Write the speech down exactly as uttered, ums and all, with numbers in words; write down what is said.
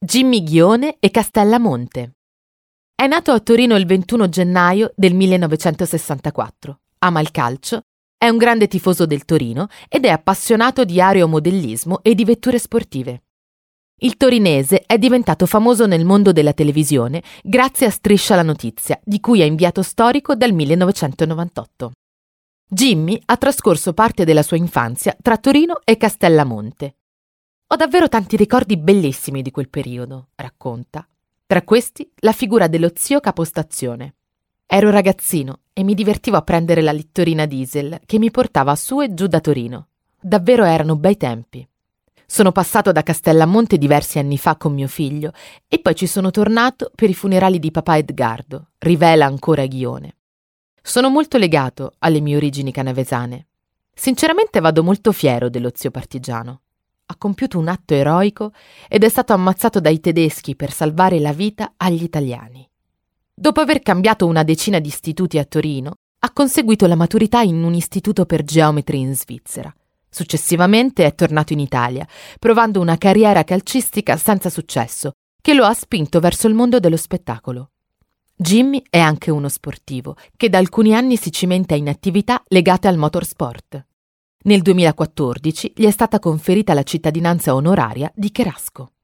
Jimmy Ghione e Castellamonte. È nato a Torino il ventuno gennaio del millenovecentosessantaquattro. Ama il calcio, è un grande tifoso del Torino ed è appassionato di aeromodellismo e di vetture sportive. Il torinese è diventato famoso nel mondo della televisione grazie a Striscia la notizia, di cui è inviato storico dal millenovecentonovantotto. Jimmy ha trascorso parte della sua infanzia tra Torino e Castellamonte. Ho davvero tanti ricordi bellissimi di quel periodo, racconta. Tra questi la figura dello zio capostazione. Ero ragazzino e mi divertivo a prendere la littorina diesel che mi portava su e giù da Torino. Davvero erano bei tempi. Sono passato da Castellamonte diversi anni fa con mio figlio e poi ci sono tornato per i funerali di papà Edgardo, rivela ancora Ghione. Sono molto legato alle mie origini canavesane. Sinceramente vado molto fiero dello zio partigiano. Ha compiuto un atto eroico ed è stato ammazzato dai tedeschi per salvare la vita agli italiani. Dopo aver cambiato una decina di istituti a Torino, ha conseguito la maturità in un istituto per geometri in Svizzera. Successivamente è tornato in Italia, provando una carriera calcistica senza successo, che lo ha spinto verso il mondo dello spettacolo. Jimmy è anche uno sportivo, che da alcuni anni si cimenta in attività legate al motorsport. Nel duemilaquattordici gli è stata conferita la cittadinanza onoraria di Cherasco.